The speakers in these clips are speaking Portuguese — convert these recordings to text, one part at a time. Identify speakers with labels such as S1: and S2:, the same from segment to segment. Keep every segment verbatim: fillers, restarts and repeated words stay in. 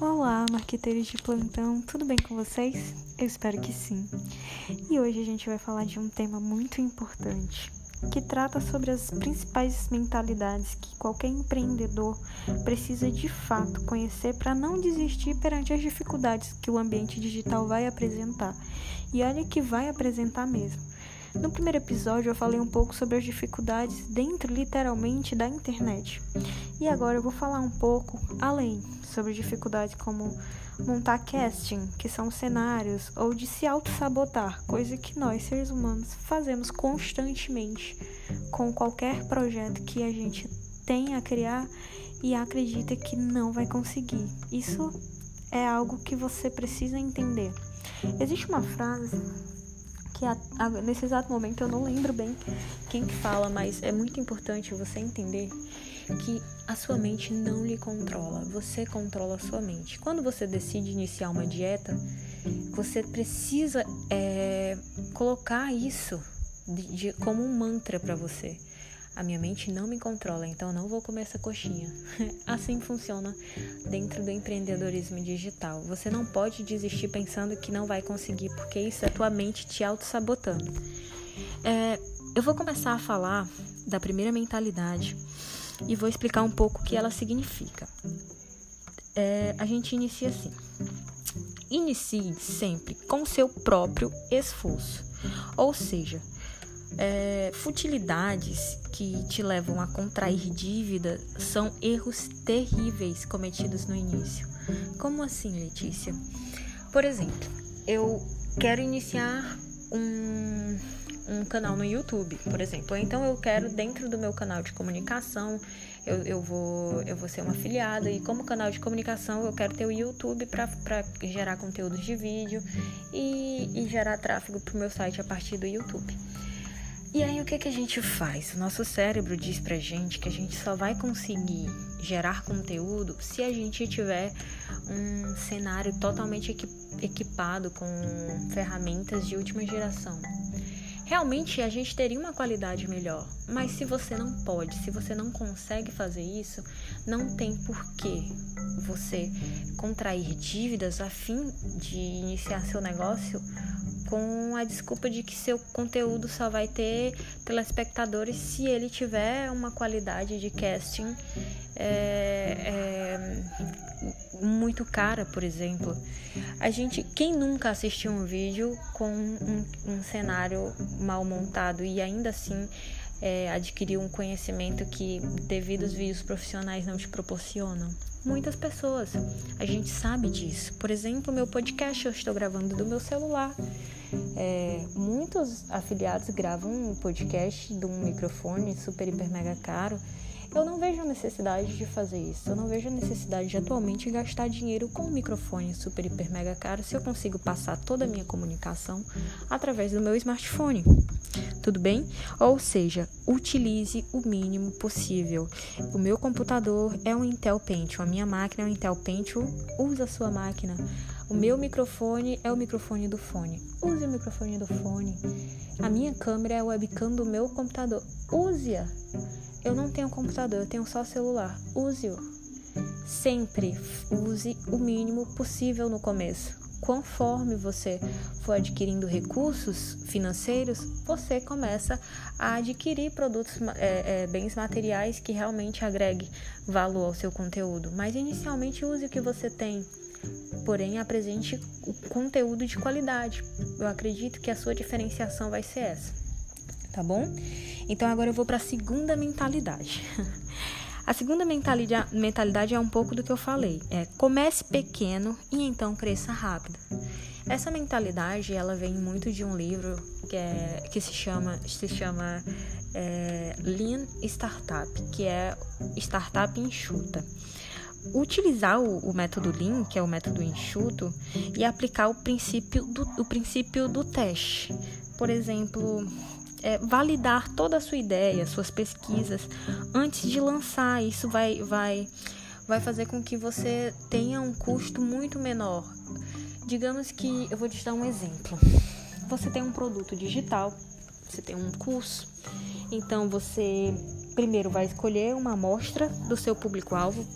S1: Olá, marqueteiros de plantão, tudo bem com vocês? Eu espero que sim. E hoje a gente vai falar de um tema muito importante, que trata sobre as principais mentalidades que qualquer empreendedor precisa de fato conhecer para não desistir perante as dificuldades que o ambiente digital vai apresentar. E olha que vai apresentar mesmo. No primeiro episódio eu falei um pouco sobre as dificuldades dentro, literalmente, da internet. E agora eu vou falar um pouco além, sobre dificuldades como montar casting, que são cenários, ou de se auto-sabotar, coisa que nós, seres humanos, fazemos constantemente com qualquer projeto que a gente tenha a criar e acredita que não vai conseguir. Isso é algo que você precisa entender. Existe uma frase que a, a, nesse exato momento eu não lembro bem quem que fala, mas é muito importante você entender que a sua mente não lhe controla, você controla a sua mente. Quando você decide iniciar uma dieta, você precisa é, colocar isso de, de, como um mantra para você. A minha mente não me controla, então eu não vou comer essa coxinha. Assim funciona dentro do empreendedorismo digital. Você não pode desistir pensando que não vai conseguir, porque isso é a tua mente te auto-sabotando. É, eu vou começar a falar da primeira mentalidade e vou explicar um pouco o que ela significa. É, a gente inicia assim. Inicie sempre com seu próprio esforço. Ou seja, É, futilidades que te levam a contrair dívida são erros terríveis cometidos no início. Como assim, Letícia? Por exemplo, eu quero iniciar um, um canal no YouTube, por exemplo. Então eu quero, dentro do meu canal de comunicação, eu, eu, vou, eu vou ser uma afiliada, e como canal de comunicação eu quero ter o YouTube para gerar conteúdos de vídeo e, e gerar tráfego para o meu site a partir do YouTube. E aí o que, que a gente faz? O nosso cérebro diz pra gente que a gente só vai conseguir gerar conteúdo se a gente tiver um cenário totalmente equipado com ferramentas de última geração. Realmente a gente teria uma qualidade melhor, mas se você não pode, se você não consegue fazer isso, não tem porquê você contrair dívidas a fim de iniciar seu negócio com a desculpa de que seu conteúdo só vai ter telespectadores se ele tiver uma qualidade de casting é, é, muito cara, por exemplo. A gente, quem nunca assistiu um vídeo com um, um cenário mal montado e ainda assim é, adquiriu um conhecimento que devidos vídeos profissionais não te proporcionam? Muitas pessoas, a gente sabe disso. Por exemplo, meu podcast eu estou gravando do meu celular. É, muitos afiliados gravam um podcast de um microfone super, hiper, mega caro. Eu não vejo a necessidade de fazer isso. Eu não vejo a necessidade de atualmente gastar dinheiro com um microfone super, hiper, mega caro se eu consigo passar toda a minha comunicação através do meu smartphone. Tudo bem? Ou seja, utilize o mínimo possível. O meu computador é um Intel Pentium, a minha máquina é um Intel Pentium, use a sua máquina. O meu microfone é o microfone do fone, use o microfone do fone. A minha câmera é a webcam do meu computador, use-a. Eu não tenho computador, eu tenho só celular, use-o. Sempre use o mínimo possível no começo. Conforme você for adquirindo recursos financeiros, você começa a adquirir produtos, é, é, bens materiais que realmente agreguem valor ao seu conteúdo. Mas inicialmente use o que você tem, porém apresente o conteúdo de qualidade. Eu acredito que a sua diferenciação vai ser essa, tá bom? Então agora eu vou para a segunda mentalidade. A segunda mentalidade, mentalidade é um pouco do que eu falei. É comece pequeno e então cresça rápido. Essa mentalidade, ela vem muito de um livro que, é, que se chama, se chama é, Lean Startup, que é Startup Enxuta. Utilizar o, o método Lean, que é o método enxuto, e aplicar o princípio do, o princípio do teste. Por exemplo, É, validar toda a sua ideia, suas pesquisas antes de lançar. Isso vai, vai, vai fazer com que você tenha um custo muito menor. Digamos que, eu vou te dar um exemplo. Você tem um produto digital, você tem um curso, então você primeiro vai escolher uma amostra do seu público-alvo,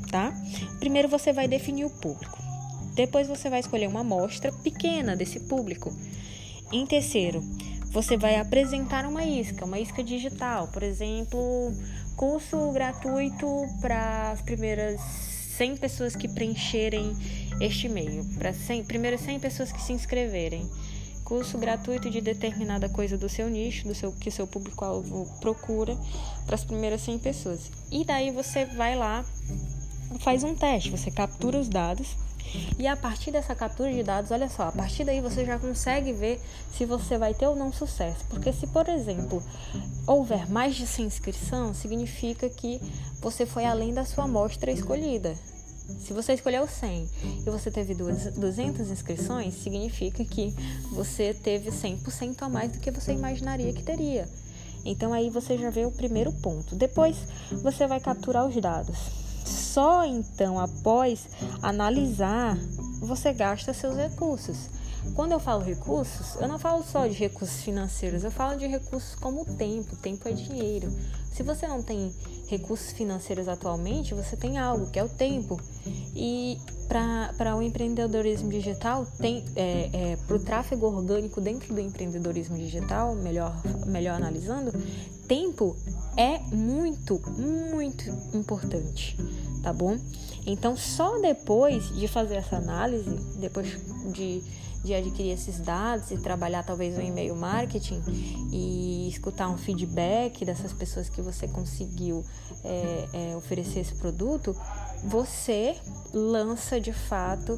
S1: tá? Primeiro você vai definir o público. Depois você vai escolher uma amostra pequena desse público. Em terceiro, você vai apresentar uma isca, uma isca digital. Por exemplo, curso gratuito para as primeiras cem pessoas que preencherem este e-mail. Para as primeiras cem pessoas que se inscreverem. Curso gratuito de determinada coisa do seu nicho, do seu, que o seu público-alvo procura, para as primeiras cem pessoas. E daí você vai lá, faz um teste, você captura os dados. E a partir dessa captura de dados, olha só, a partir daí você já consegue ver se você vai ter ou não sucesso. Porque se, por exemplo, houver mais de cem inscrições, significa que você foi além da sua amostra escolhida. Se você escolheu cem e você teve duzentas inscrições, significa que você teve cem por cento a mais do que você imaginaria que teria. Então aí você já vê o primeiro ponto. Depois você vai capturar os dados. Só então, após analisar, você gasta seus recursos. Quando eu falo recursos, eu não falo só de recursos financeiros, eu falo de recursos como tempo. Tempo é dinheiro. Se você não tem recursos financeiros atualmente, você tem algo, que é o tempo. E para o empreendedorismo digital, tem, é, é, para o tráfego orgânico dentro do empreendedorismo digital, melhor, melhor analisando, tempo é muito, muito importante, tá bom? Então, só depois de fazer essa análise, depois de... de adquirir esses dados e trabalhar talvez o e-mail marketing e escutar um feedback dessas pessoas que você conseguiu é, é, oferecer esse produto, você lança de fato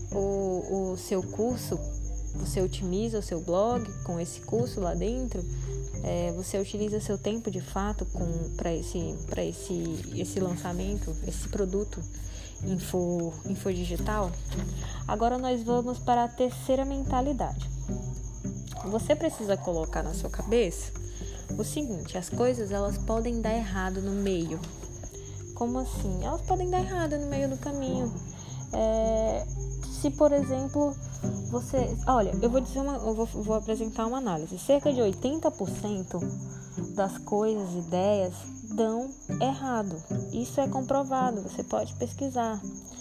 S1: o, o seu curso, você otimiza o seu blog com esse curso lá dentro, é, você utiliza seu tempo de fato para esse, para esse, esse lançamento, esse produto Info, info digital. Agora nós vamos para a terceira mentalidade. Você precisa colocar na sua cabeça o seguinte: as coisas elas podem dar errado no meio. Como assim? Elas podem dar errado no meio do caminho. É, se, por exemplo, você... Olha, eu vou dizer uma, eu vou, vou apresentar uma análise. Cerca de oitenta por cento das coisas, ideias, dão errado. Isso é comprovado, você pode pesquisar.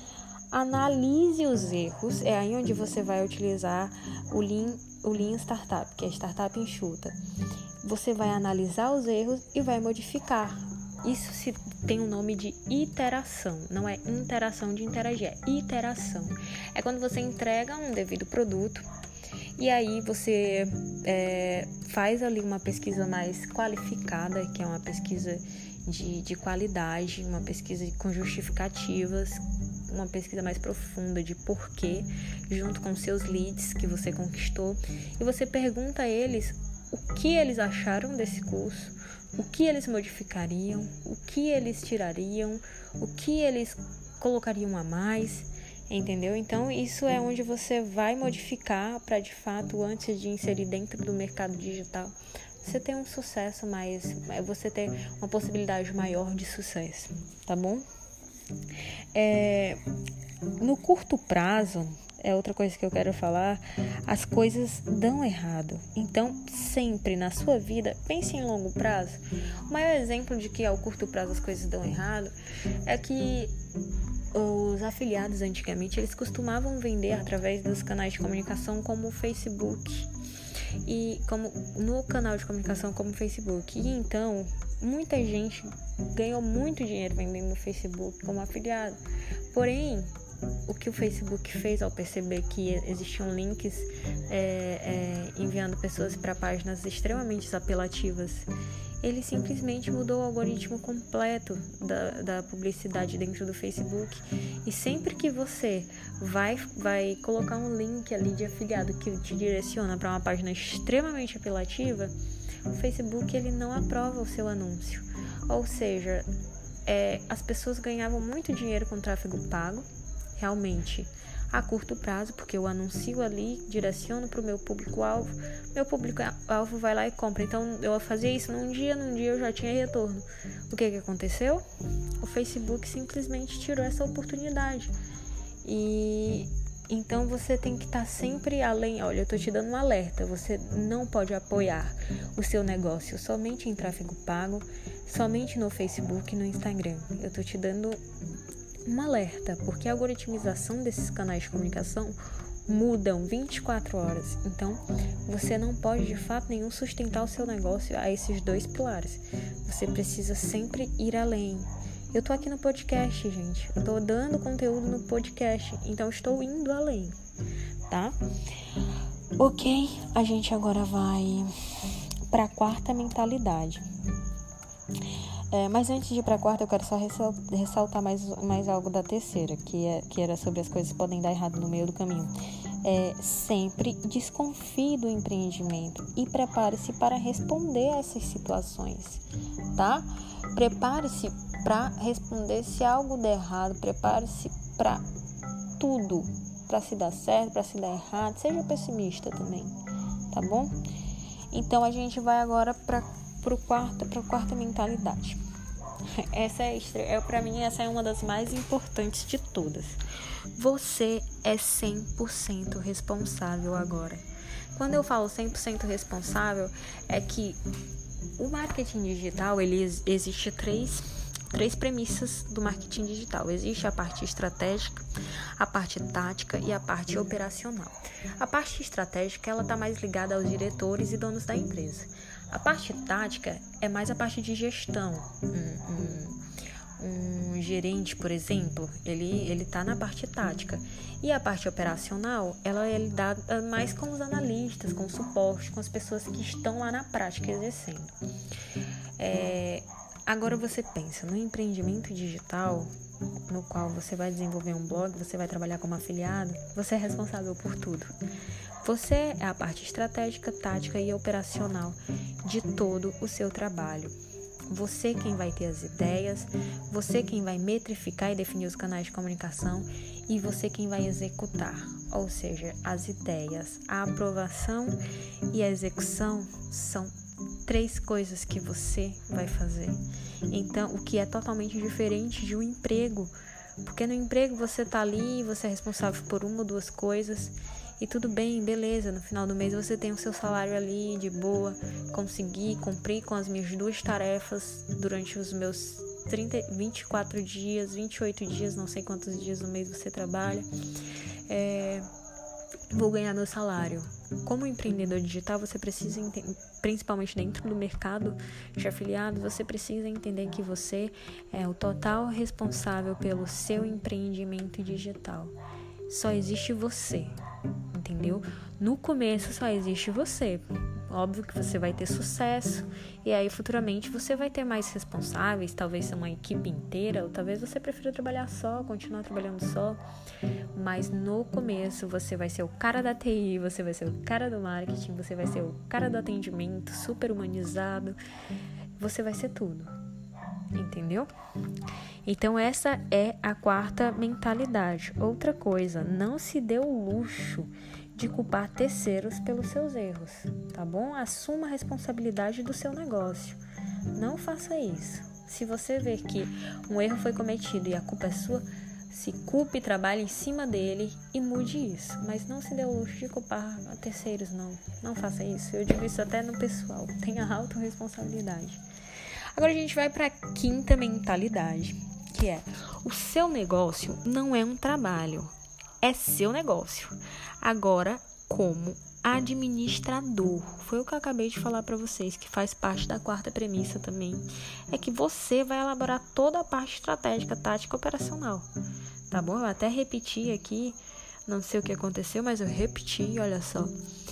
S1: Analise os erros, é aí onde você vai utilizar o Lean, o Lean Startup, que é Startup enxuta. Você vai analisar os erros e vai modificar. Isso se tem o um nome de iteração, não é interação de interagir, é iteração. É quando você entrega um devido produto e aí você é, faz ali uma pesquisa mais qualificada, que é uma pesquisa de, de qualidade, uma pesquisa com justificativas, uma pesquisa mais profunda de porquê, junto com seus leads que você conquistou, e você pergunta a eles o que eles acharam desse curso, o que eles modificariam, o que eles tirariam, o que eles colocariam a mais, entendeu? Então, isso é onde você vai modificar para, de fato, antes de inserir dentro do mercado digital, você ter um sucesso mais, você ter uma possibilidade maior de sucesso, tá bom? É, no curto prazo, é outra coisa que eu quero falar, as coisas dão errado. Então, sempre na sua vida, pense em longo prazo. O maior exemplo de que ao curto prazo as coisas dão errado é que os afiliados antigamente, eles costumavam vender através dos canais de comunicação como o Facebook. E como no canal de comunicação como o Facebook. E então, muita gente ganhou muito dinheiro vendendo no Facebook como afiliado. Porém, o que o Facebook fez ao perceber que existiam links é, é, enviando pessoas para páginas extremamente apelativas, ele simplesmente mudou o algoritmo completo da, da publicidade dentro do Facebook. E sempre que você vai, vai colocar um link ali de afiliado que te direciona para uma página extremamente apelativa, o Facebook ele não aprova o seu anúncio. Ou seja, é, as pessoas ganhavam muito dinheiro com tráfego pago, realmente a curto prazo, porque eu anuncio ali, direciono para o meu público-alvo, meu público-alvo vai lá e compra. Então, eu fazia isso num dia, num dia eu já tinha retorno. O que que aconteceu? O Facebook simplesmente tirou essa oportunidade. E então, você tem que estar sempre além. Olha, eu estou te dando um alerta, você não pode apoiar o seu negócio somente em tráfego pago, somente no Facebook e no Instagram. Eu estou te dando um alerta, porque a algoritmização desses canais de comunicação mudam vinte e quatro horas. Então, você não pode de fato nenhum sustentar o seu negócio a esses dois pilares. Você precisa sempre ir além. Eu tô aqui no podcast, gente. Eu tô dando conteúdo no podcast, então estou indo além, tá? Ok, a gente agora vai para a quarta mentalidade. É, mas antes de ir para a quarta, eu quero só ressaltar mais, mais algo da terceira, que, é, que era sobre as coisas que podem dar errado no meio do caminho. É, sempre desconfie do empreendimento e prepare-se para responder a essas situações, tá? Prepare-se para responder se algo der errado, prepare-se para tudo, para se dar certo, para se dar errado, seja pessimista também, tá bom? Então a gente vai agora para para quarta, para a quarta mentalidade. Essa é, é para mim essa é uma das mais importantes de todas. Você é cem por cento responsável agora. Quando eu falo cem por cento responsável, é que o marketing digital, ele existe três três premissas do marketing digital. Existe a parte estratégica, a parte tática e a parte operacional. A parte estratégica, ela está mais ligada aos diretores e donos da empresa. A parte tática é mais a parte de gestão. Um, um, um gerente, por exemplo, ele ele está na parte tática. E a parte operacional, ela é lidada mais com os analistas, com o suporte, com as pessoas que estão lá na prática exercendo. É, agora você pensa no empreendimento digital, no qual você vai desenvolver um blog, você vai trabalhar como afiliado, você é responsável por tudo. Você é a parte estratégica, tática e operacional de todo o seu trabalho. Você quem vai ter as ideias, você quem vai metrificar e definir os canais de comunicação e você quem vai executar. Ou seja, as ideias, a aprovação e a execução são três coisas que você vai fazer. Então, o que é totalmente diferente de um emprego. Porque no emprego você tá ali, você é responsável por uma ou duas coisas e tudo bem, beleza, no final do mês você tem o seu salário ali de boa, consegui cumprir com as minhas duas tarefas durante os meus trinta, vinte e quatro dias, vinte e oito dias, não sei quantos dias no mês você trabalha, é, vou ganhar meu salário. Como empreendedor digital, você precisa entender, principalmente dentro do mercado de afiliados, você precisa entender que você é o total responsável pelo seu empreendimento digital. Só existe você, entendeu? No começo só existe você. Óbvio que você vai ter sucesso e aí futuramente você vai ter mais responsáveis, talvez uma equipe inteira, ou talvez você prefira trabalhar só, continuar trabalhando só, mas no começo você vai ser o cara da T I, você vai ser o cara do marketing, você vai ser o cara do atendimento super humanizado, você vai ser tudo, entendeu? Então essa é a quarta mentalidade. Outra coisa, não se dê o luxo de culpar terceiros pelos seus erros, tá bom? Assuma a responsabilidade do seu negócio. Não faça isso. Se você ver que um erro foi cometido e a culpa é sua, se culpe, trabalhe em cima dele e mude isso. Mas não se dê o luxo de culpar terceiros, não. Não faça isso. Eu digo isso até no pessoal. Tenha autorresponsabilidade. Agora a gente vai para a quinta mentalidade, que é: o seu negócio não é um trabalho, é seu negócio. Agora, como administrador, foi o que eu acabei de falar para vocês, que faz parte da quarta premissa também, é que você vai elaborar toda a parte estratégica, tática e operacional, tá bom? Eu até repeti aqui, não sei o que aconteceu, mas eu repeti, olha só.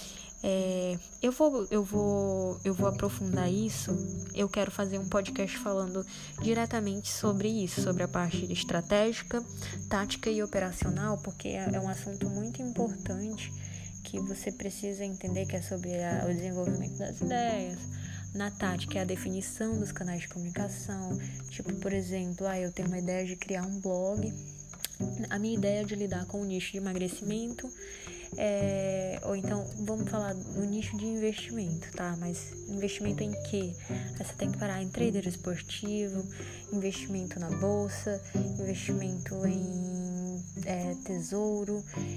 S1: É, eu vou, eu vou, eu vou aprofundar isso. Eu quero fazer um podcast falando diretamente sobre isso, sobre a parte estratégica, tática e operacional, porque é, é um assunto muito importante que você precisa entender, que é sobre a, o desenvolvimento das ideias. Na tática é a definição dos canais de comunicação. Tipo, por exemplo, ah, eu tenho uma ideia de criar um blog. A minha ideia é de lidar com o nicho de emagrecimento. É, ou então, vamos falar no nicho de investimento, tá? Mas investimento em quê? Aí você tem que parar em trader esportivo, investimento na bolsa, investimento em é, tesouro.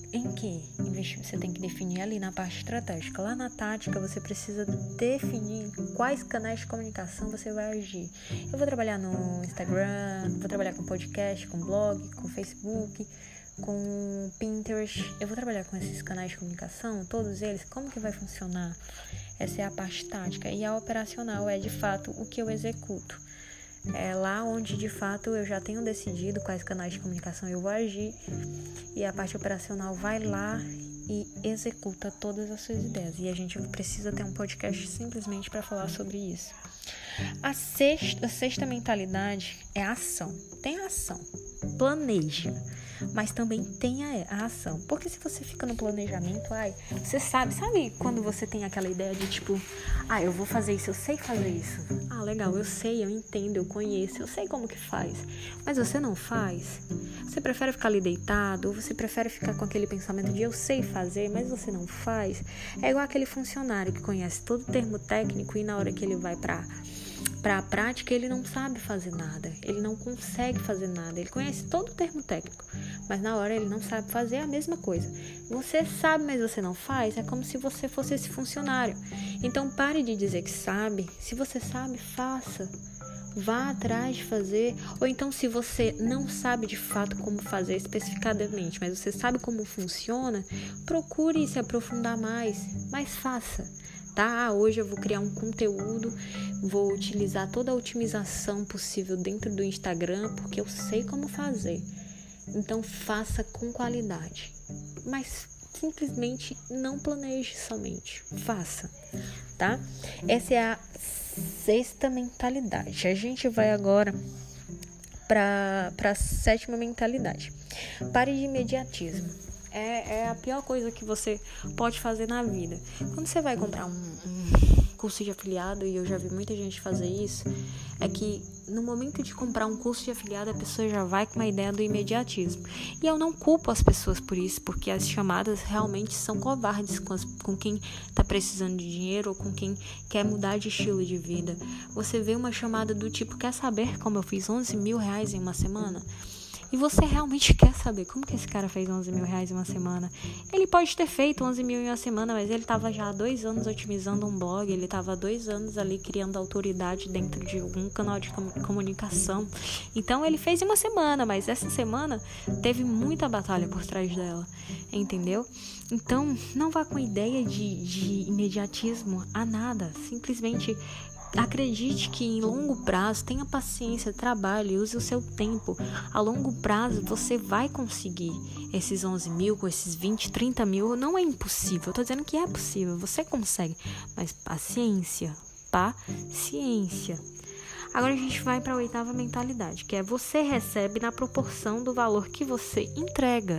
S1: em que investir? Você tem que definir ali na parte estratégica. Lá na tática, você precisa definir quais canais de comunicação você vai agir. Eu vou trabalhar no Instagram, vou trabalhar com podcast, com blog, com Facebook, com Pinterest. Eu vou trabalhar com esses canais de comunicação, todos eles, como que vai funcionar? Essa é a parte tática. E a operacional é, de fato, o que eu executo. É lá onde, de fato, eu já tenho decidido quais canais de comunicação eu vou agir. E a parte operacional vai lá e executa todas as suas ideias. E a gente precisa ter um podcast simplesmente para falar sobre isso. A sexta, a sexta mentalidade é a ação. Tem a ação. Planeja. Mas também tem a, a ação. Porque se você fica no planejamento, ai, você sabe, sabe quando você tem aquela ideia de tipo, ah, eu vou fazer isso, eu sei fazer isso. Ah, legal, eu sei, eu entendo, eu conheço, eu sei como que faz. Mas você não faz. Você prefere ficar ali deitado, ou você prefere ficar com aquele pensamento de eu sei fazer, mas você não faz. É igual aquele funcionário que conhece todo o termo técnico e na hora que ele vai pra... para a prática, ele não sabe fazer nada, ele não consegue fazer nada, ele conhece todo o termo técnico, mas na hora ele não sabe fazer a mesma coisa. Você sabe, mas você não faz, é como se você fosse esse funcionário. Então pare de dizer que sabe, se você sabe, faça, vá atrás de fazer, ou então se você não sabe de fato como fazer especificadamente, mas você sabe como funciona, procure se aprofundar mais, mas faça. Tá? Hoje eu vou criar um conteúdo, vou utilizar toda a otimização possível dentro do Instagram, porque eu sei como fazer. Então faça com qualidade, mas simplesmente não planeje somente, faça, tá? Essa é a sexta mentalidade. A gente vai agora para a sétima mentalidade. Pare de imediatismo. É, é a pior coisa que você pode fazer na vida. Quando você vai comprar um, um curso de afiliado, e eu já vi muita gente fazer isso, é que no momento de comprar um curso de afiliado, a pessoa já vai com uma ideia do imediatismo. E eu não culpo as pessoas por isso, porque as chamadas realmente são covardes com, as, com quem está precisando de dinheiro ou com quem quer mudar de estilo de vida. Você vê uma chamada do tipo, quer saber como eu fiz onze mil reais em uma semana? E você realmente quer saber como que esse cara fez onze mil reais em uma semana? Ele pode ter feito onze mil em uma semana, mas ele estava já há dois anos otimizando um blog, ele estava há dois anos ali criando autoridade dentro de algum canal de comunicação. Então ele fez em uma semana, mas essa semana teve muita batalha por trás dela, entendeu? Então não vá com ideia de, de imediatismo a nada, simplesmente... acredite que em longo prazo, tenha paciência, trabalhe, use o seu tempo. A longo prazo você vai conseguir esses onze mil, com esses vinte, trinta mil. Não é impossível, eu tô dizendo que é possível, você consegue. Mas paciência, paciência. Agora a gente vai para a oitava mentalidade, que é você recebe na proporção do valor que você entrega.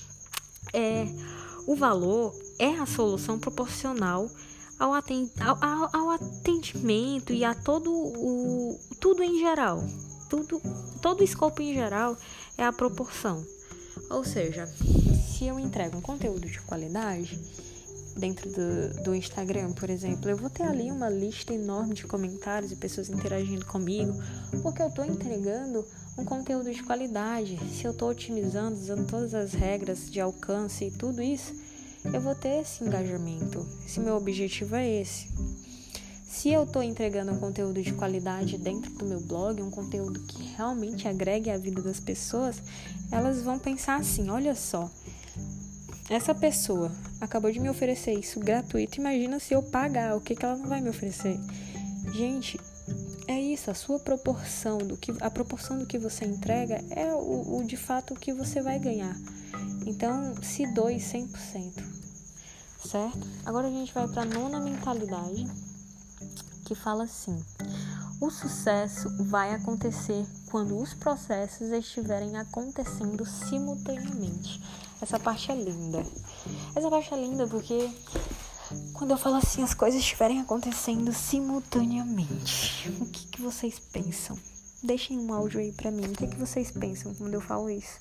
S1: É, o valor é a solução proporcional Ao, atend... ao, ao atendimento e a todo o tudo em geral, tudo, todo o escopo em geral é a proporção. Ou seja, se eu entrego um conteúdo de qualidade dentro do, do Instagram, por exemplo, eu vou ter ali uma lista enorme de comentários e pessoas interagindo comigo, porque eu estou entregando um conteúdo de qualidade. Se eu estou otimizando, usando todas as regras de alcance e tudo isso, eu vou ter esse engajamento, se meu objetivo é esse. Se eu estou entregando um conteúdo de qualidade dentro do meu blog, um conteúdo que realmente agregue a vida das pessoas, elas vão pensar assim, olha só, essa pessoa acabou de me oferecer isso gratuito, imagina se eu pagar, o que, que ela não vai me oferecer? Gente, é isso, a sua proporção, do que, a proporção do que você entrega é o, o de fato o que você vai ganhar. Então, se doe cem por cento, certo? Agora a gente vai para a nona mentalidade, que fala assim: o sucesso vai acontecer quando os processos estiverem acontecendo simultaneamente. Essa parte é linda. Essa parte é linda porque quando eu falo assim, as coisas estiverem acontecendo simultaneamente, o que, que vocês pensam? Deixem um áudio aí pra mim. O que, que vocês pensam quando eu falo isso?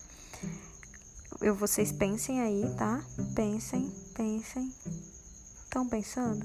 S1: Eu, vocês pensem aí, tá? Pensem, pensem. Estão pensando?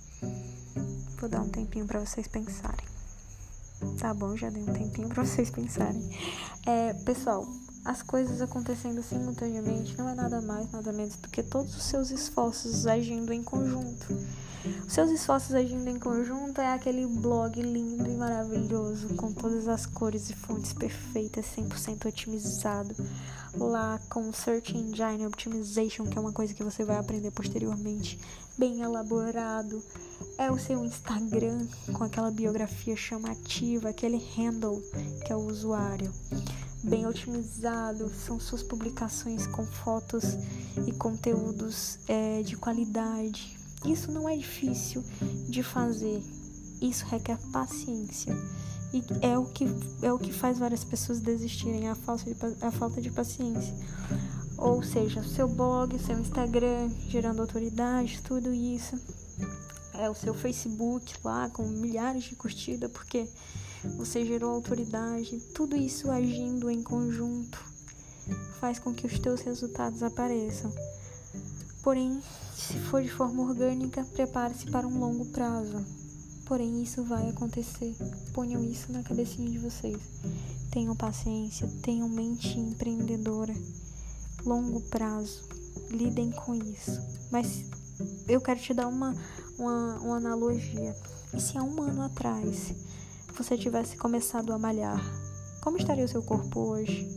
S1: Vou dar um tempinho pra vocês pensarem. Tá bom, já dei um tempinho pra vocês pensarem. É, pessoal, as coisas acontecendo simultaneamente não é nada mais, nada menos do que todos os seus esforços agindo em conjunto. Os seus esforços agindo em conjunto é aquele blog lindo e maravilhoso, com todas as cores e fontes perfeitas, cem por cento otimizado, lá com Search Engine Optimization, que é uma coisa que você vai aprender posteriormente, bem elaborado. É o seu Instagram, com aquela biografia chamativa, aquele handle que é o usuário, bem otimizado. São suas publicações com fotos e conteúdos é, de qualidade. Isso não é difícil de fazer, isso requer paciência. E é o que, é o que faz várias pessoas desistirem, a falta de, a falta de paciência. Ou seja, seu blog, seu Instagram, gerando autoridade, tudo isso. É o seu Facebook lá, com milhares de curtidas, porque você gerou autoridade. Tudo isso agindo em conjunto faz com que os teus resultados apareçam. Porém, se for de forma orgânica, prepare-se para um longo prazo. Porém, isso vai acontecer. Ponham isso na cabecinha de vocês. Tenham paciência, tenham mente empreendedora. Longo prazo. Lidem com isso. Mas eu quero te dar uma, uma, uma analogia. E se há um ano atrás você tivesse começado a malhar, como estaria o seu corpo hoje?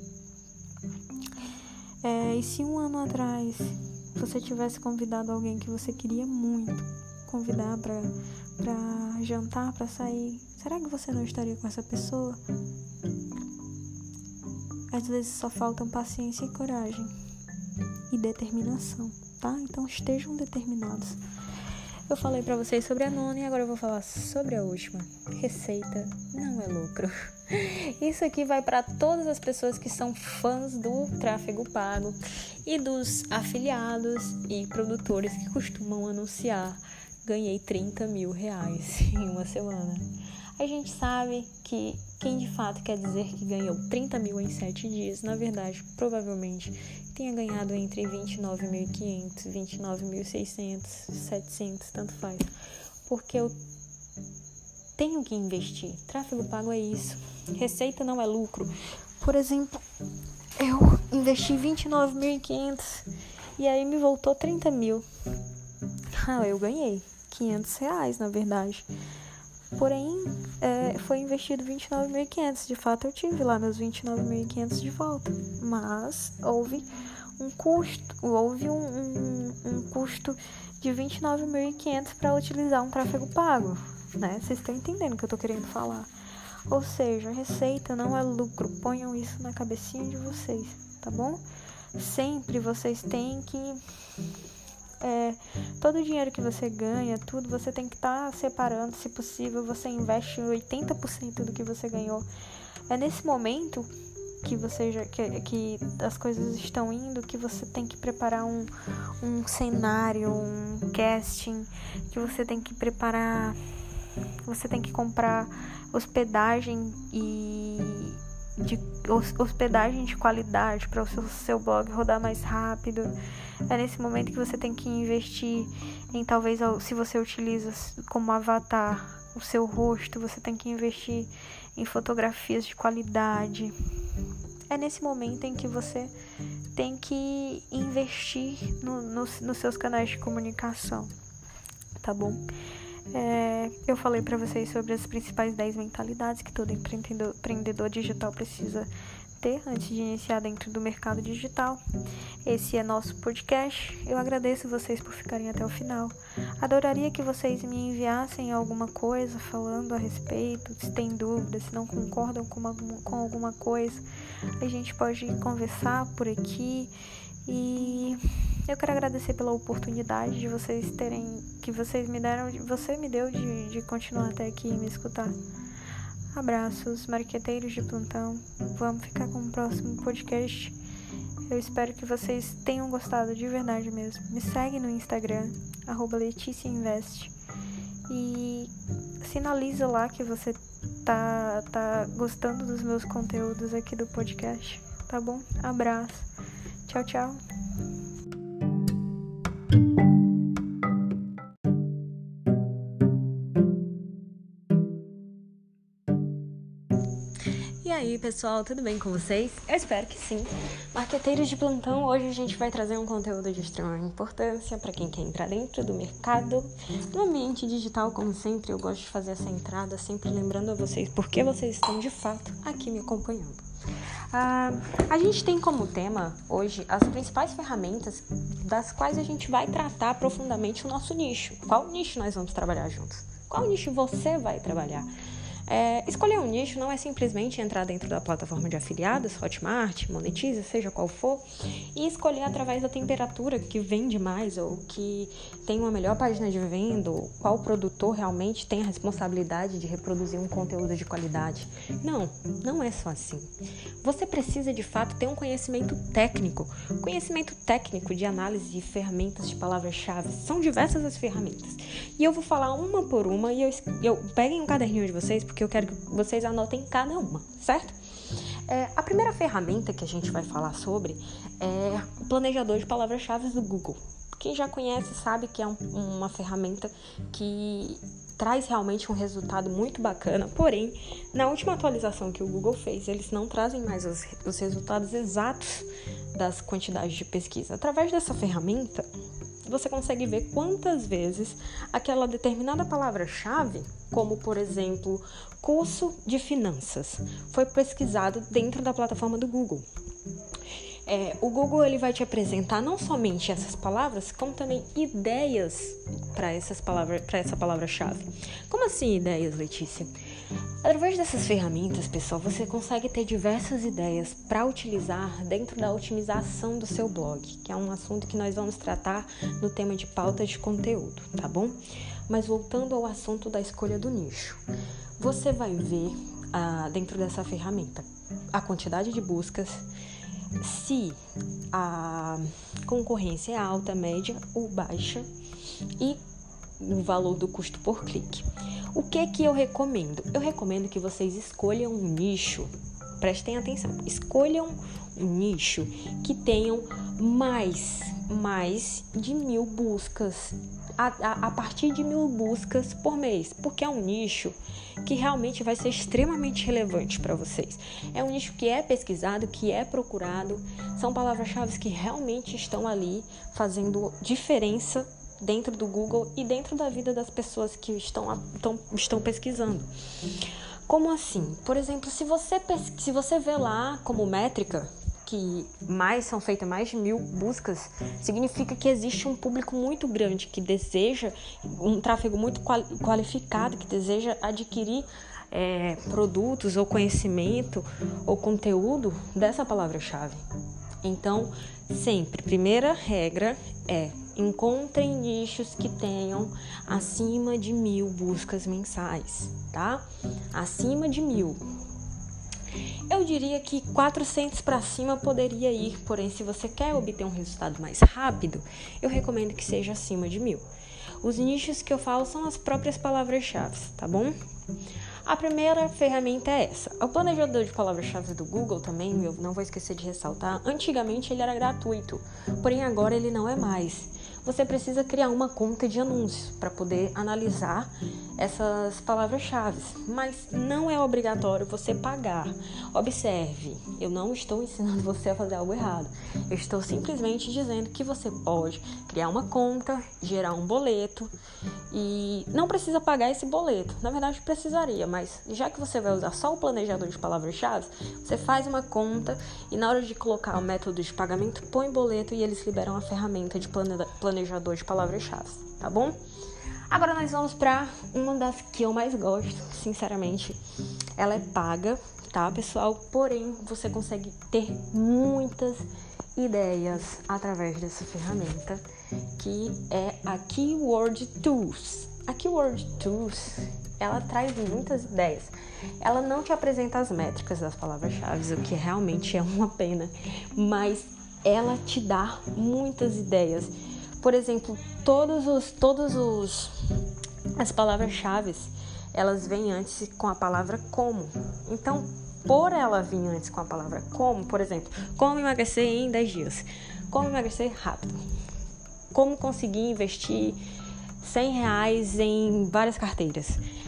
S1: É, e se um ano atrás você tivesse convidado alguém que você queria muito convidar pra, pra jantar, pra sair, será que você não estaria com essa pessoa? Às vezes só faltam paciência e coragem e determinação, tá? Então estejam determinados. Eu falei pra vocês sobre a nona e agora eu vou falar sobre a última. Receita não é lucro. Isso aqui vai para todas as pessoas que são fãs do tráfego pago e dos afiliados e produtores que costumam anunciar: ganhei trinta mil reais em uma semana. A gente sabe que quem de fato quer dizer que ganhou trinta mil em sete dias, na verdade, provavelmente tenha ganhado entre vinte e nove mil e quinhentos, vinte e nove mil e seiscentos, setecentos, tanto faz. Porque eu tenho que investir. Tráfego pago é isso. Receita não é lucro. Por exemplo, eu investi vinte e nove mil e quinhentos e aí me voltou trinta mil. Ah, eu ganhei quinhentos reais, na verdade. Porém, é, foi investido vinte e nove mil e quinhentos. De fato, eu tive lá meus vinte e nove mil e quinhentos de volta. Mas houve um custo, houve um, um, um custo de vinte e nove mil e quinhentos para utilizar um tráfego pago, né? Vocês estão entendendo o que eu tô querendo falar? Ou seja, receita não é lucro. Ponham isso na cabecinha de vocês, tá bom? Sempre vocês têm que... É, todo o dinheiro que você ganha, tudo, você tem que estar tá separando. Se possível, você investe oitenta por cento do que você ganhou. É nesse momento que, você já, que, que as coisas estão indo, que você tem que preparar um, um cenário, um casting, que você tem que preparar, você tem que comprar hospedagem e de hospedagem de qualidade para o seu, seu blog rodar mais rápido. É nesse momento que você tem que investir em, talvez, se você utiliza como avatar o seu rosto, você tem que investir em fotografias de qualidade. É nesse momento em que você tem que investir no, no, nos seus canais de comunicação, tá bom? É, eu falei para vocês sobre as principais dez mentalidades que todo empreendedor, empreendedor digital precisa ter antes de iniciar dentro do mercado digital. Esse é nosso podcast. Eu agradeço vocês por ficarem até o final. Adoraria que vocês me enviassem alguma coisa falando a respeito, se tem dúvidas, se não concordam com, uma, com alguma coisa. A gente pode conversar por aqui. E eu quero agradecer pela oportunidade de vocês terem, que vocês me deram, você me deu de, de continuar até aqui e me escutar. Abraços, marqueteiros de plantão. Vamos ficar com o próximo podcast. Eu espero que vocês tenham gostado de verdade mesmo. Me segue no Instagram, arroba Letícia Invest. E sinaliza lá que você tá, tá gostando dos meus conteúdos aqui do podcast, tá bom? Abraço. Tchau, tchau. E aí, pessoal, tudo bem com vocês? Eu espero que sim. Marqueteiros de plantão, hoje a gente vai trazer um conteúdo de extrema importância para quem quer entrar dentro do mercado, do ambiente digital, como sempre. Eu gosto de fazer essa entrada, sempre lembrando a vocês porque vocês estão, de fato, aqui me acompanhando. Ah, a gente tem como tema, hoje, as principais ferramentas das quais a gente vai tratar profundamente o nosso nicho. Qual nicho nós vamos trabalhar juntos? Qual nicho você vai trabalhar? É, escolher um nicho não é simplesmente entrar dentro da plataforma de afiliados, Hotmart, Monetize, seja qual for, e escolher através da temperatura que vende mais ou que tem uma melhor página de venda, ou qual produtor realmente tem a responsabilidade de reproduzir um conteúdo de qualidade. Não, não é só assim. Você precisa de fato ter um conhecimento técnico, conhecimento técnico de análise de ferramentas de palavras-chave. São diversas as ferramentas. E eu vou falar uma por uma e eu, eu peguem um caderninho de vocês, porque eu quero que vocês anotem cada uma, certo? É, a primeira ferramenta que a gente vai falar sobre é o planejador de palavras-chave do Google. Quem já conhece sabe que é um, uma ferramenta que traz realmente um resultado muito bacana, porém, na última atualização que o Google fez, eles não trazem mais os, os resultados exatos das quantidades de pesquisa. Através dessa ferramenta, você consegue ver quantas vezes aquela determinada palavra-chave, como, por exemplo, curso de finanças, foi pesquisado dentro da plataforma do Google. É, o Google ele vai te apresentar não somente essas palavras, como também ideias para essas palavras, para essa palavra-chave. Como assim ideias, Letícia? Através dessas ferramentas, pessoal, você consegue ter diversas ideias para utilizar dentro da otimização do seu blog, que é um assunto que nós vamos tratar no tema de pauta de conteúdo, tá bom? Mas voltando ao assunto da escolha do nicho, você vai ver ah, dentro dessa ferramenta a quantidade de buscas, se a concorrência é alta, média ou baixa e o valor do custo por clique. O que que eu recomendo? Eu recomendo que vocês escolham um nicho, prestem atenção, escolham um nicho que tenham mais, mais de mil buscas, a, a, a partir de mil buscas por mês, porque é um nicho que realmente vai ser extremamente relevante para vocês. É um nicho que é pesquisado, que é procurado, são palavras-chave que realmente estão ali fazendo diferença dentro do Google e dentro da vida das pessoas que estão, estão, estão pesquisando. Como assim? Por exemplo, se você, se você vê lá como métrica que mais são feitas mais de mil buscas, significa que existe um público muito grande que deseja, um tráfego muito qualificado, que deseja adquirir é, produtos ou conhecimento ou conteúdo dessa palavra-chave. Então, sempre, primeira regra é encontrem nichos que tenham acima de mil buscas mensais, tá? Acima de mil. Eu diria que quatrocentos para cima poderia ir, porém, se você quer obter um resultado mais rápido, eu recomendo que seja acima de mil. Os nichos que eu falo são as próprias palavras-chave, tá bom? A primeira ferramenta é essa. O planejador de palavras-chave do Google também, eu não vou esquecer de ressaltar, antigamente ele era gratuito, porém agora ele não é mais. Você precisa criar uma conta de anúncios para poder analisar essas palavras-chave, mas não é obrigatório você pagar. Observe, eu não estou ensinando você a fazer algo errado. Eu estou simplesmente dizendo que você pode criar uma conta, gerar um boleto e não precisa pagar esse boleto. Na verdade, precisaria, mas já que você vai usar só o planejador de palavras-chave, você faz uma conta e na hora de colocar o método de pagamento, põe boleto e eles liberam a ferramenta de planejador de palavras-chave, tá bom? Agora nós vamos para uma das que eu mais gosto, sinceramente. Ela é paga, tá, pessoal? Porém, você consegue ter muitas ideias através dessa ferramenta, que é a Keyword Tools. A Keyword Tools, ela traz muitas ideias. Ela não te apresenta as métricas das palavras-chave, o que realmente é uma pena, mas ela te dá muitas ideias. Por exemplo, todos os, todos os, as palavras-chave, elas vêm antes com a palavra como. Então, por ela vir antes com a palavra como, por exemplo, como emagrecer em dez dias, como emagrecer rápido, como conseguir investir cem reais em várias carteiras.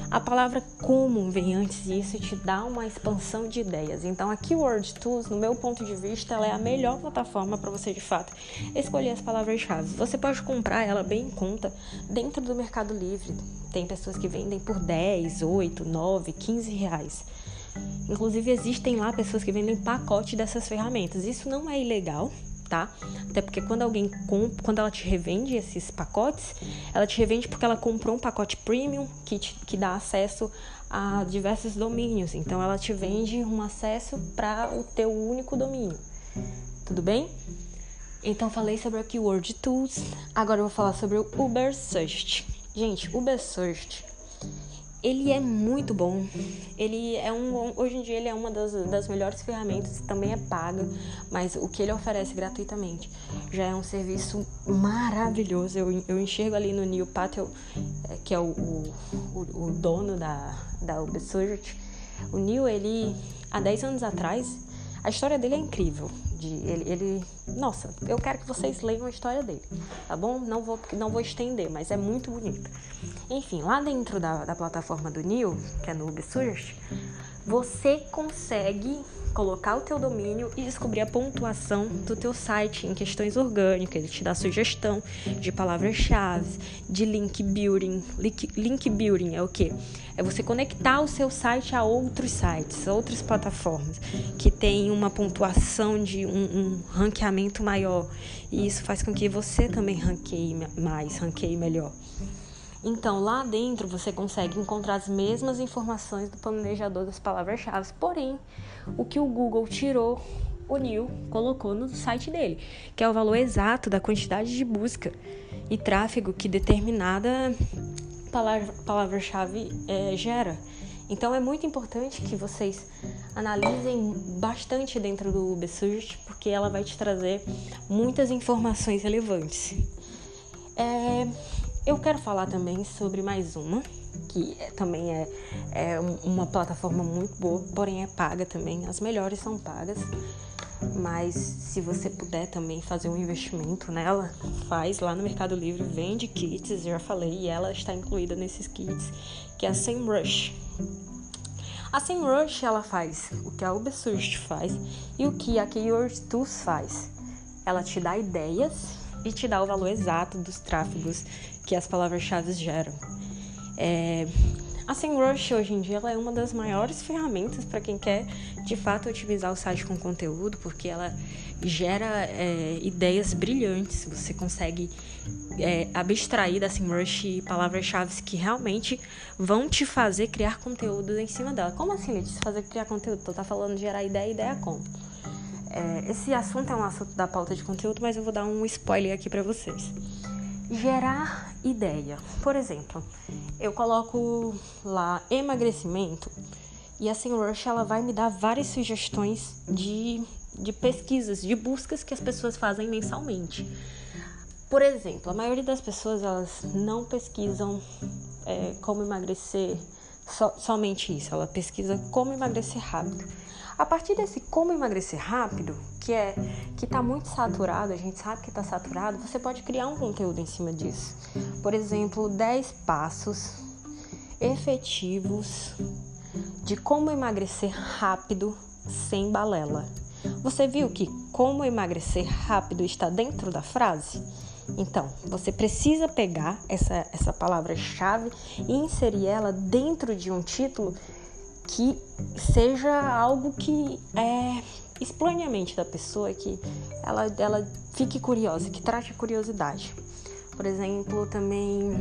S2: A palavra como vem antes e isso te dá uma expansão de ideias. Então a Keyword Tools, no meu ponto de vista, ela é a melhor plataforma para você de fato escolher as palavras-chave. Você pode comprar ela bem em conta dentro do Mercado Livre. Tem pessoas que vendem por dez, oito, nove, quinze reais. Inclusive existem lá pessoas que vendem pacote dessas ferramentas. Isso não é ilegal, tá? Até porque quando alguém compra, quando ela te revende esses pacotes, ela te revende porque ela comprou um pacote premium que, te, que dá acesso a diversos domínios. Então ela te vende um acesso para o teu único domínio. Tudo bem? Então falei sobre a Keyword Tools. Agora eu vou falar sobre o Ubersuggest. Gente, Ubersuggest, ele é muito bom. Ele é um, hoje em dia ele é uma das, das melhores ferramentas, também é paga, mas o que ele oferece gratuitamente já é um serviço maravilhoso. Eu, eu enxergo ali no Neil Patel, que é o, o, o dono da, da Ubersuggest. O Neil, ele, há dez anos atrás, a história dele é incrível. De, ele, ele, nossa, eu quero que vocês leiam a história dele, tá bom? Não vou, não vou estender, mas é muito bonita. Enfim, lá dentro da, da plataforma do Neil, que é no Ubersuggest, você consegue colocar o teu domínio e descobrir a pontuação do teu site em questões orgânicas. Ele te dá sugestão de palavras-chave, de link building. Link, link building é o quê? É você conectar o seu site a outros sites, a outras plataformas que tem uma pontuação de um, um ranqueamento maior. E isso faz com que você também ranqueie mais, ranqueie melhor. Então, lá dentro você consegue encontrar as mesmas informações do planejador das palavras-chave, porém, o que o Google tirou, o Neil colocou no site dele, que é o valor exato da quantidade de busca e tráfego que determinada palavra, palavra-chave é, gera. Então, é muito importante que vocês analisem bastante dentro do Ubersuggest, porque ela vai te trazer muitas informações relevantes. É... Eu quero falar também sobre mais uma, que também é, é uma plataforma muito boa, porém é paga também. As melhores são pagas, mas se você puder também fazer um investimento nela, faz lá no Mercado Livre, vende kits, já falei, e ela está incluída nesses kits, que é a SEMrush. A SEMrush, ela faz o que a Ubersuggest faz e o que a Keyword Tools faz. Ela te dá ideias e te dá o valor exato dos tráfegos que as palavras-chave geram. É, a SEMrush, hoje em dia, ela é uma das maiores ferramentas para quem quer, de fato, otimizar o site com conteúdo, porque ela gera é, ideias brilhantes. Você consegue é, abstrair da SEMrush palavras-chave que realmente vão te fazer criar conteúdo em cima dela. Como assim, Letícia, fazer criar conteúdo? Tu tá falando de gerar ideia, ideia como? É, esse assunto é um assunto da pauta de conteúdo, mas eu vou dar um spoiler aqui para vocês. Gerar ideia. Por exemplo, eu coloco lá emagrecimento e a SEMrush, ela vai me dar várias sugestões de, de pesquisas, de buscas que as pessoas fazem mensalmente. Por exemplo, a maioria das pessoas, elas não pesquisam é, como emagrecer, so, somente isso. Ela pesquisa como emagrecer rápido. A partir desse como emagrecer rápido, que é que está muito saturado, a gente sabe que está saturado, você pode criar um conteúdo em cima disso. Por exemplo, dez passos efetivos de como emagrecer rápido sem balela. Você viu que como emagrecer rápido está dentro da frase? Então, você precisa pegar essa, essa palavra-chave e inserir ela dentro de um título que seja algo que é, explane a mente da pessoa, que ela, ela fique curiosa, que trate a curiosidade. Por exemplo, também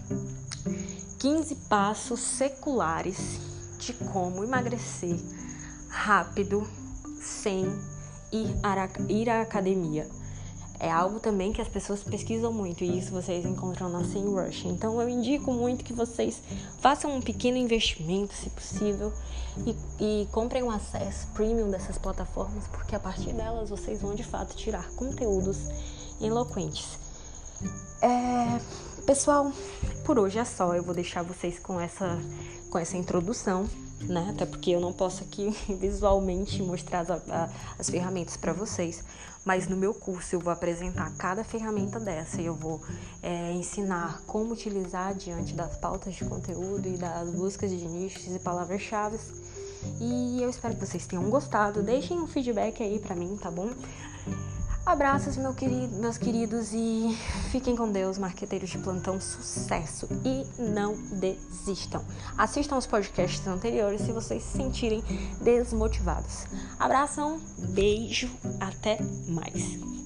S2: quinze passos seculares de como emagrecer rápido sem ir à, ir à academia. É algo também que as pessoas pesquisam muito e isso vocês encontram na SEMrush. Então eu indico muito que vocês façam um pequeno investimento, se possível, e, e comprem um acesso premium dessas plataformas, porque a partir delas vocês vão de fato tirar conteúdos eloquentes. É, pessoal, por hoje é só. Eu vou deixar vocês com essa, com essa introdução. né? Até porque eu não posso aqui visualmente mostrar as, a, as ferramentas para vocês, mas no meu curso eu vou apresentar cada ferramenta dessa e eu vou é, ensinar como utilizar diante das pautas de conteúdo e das buscas de nichos e palavras-chave. E eu espero que vocês tenham gostado. Deixem um feedback aí pra mim, tá bom? Abraços, meu querido, meus queridos, e fiquem com Deus, marqueteiros de plantão, sucesso! E não desistam. Assistam os podcasts anteriores se vocês se sentirem desmotivados. Abração, beijo, até mais!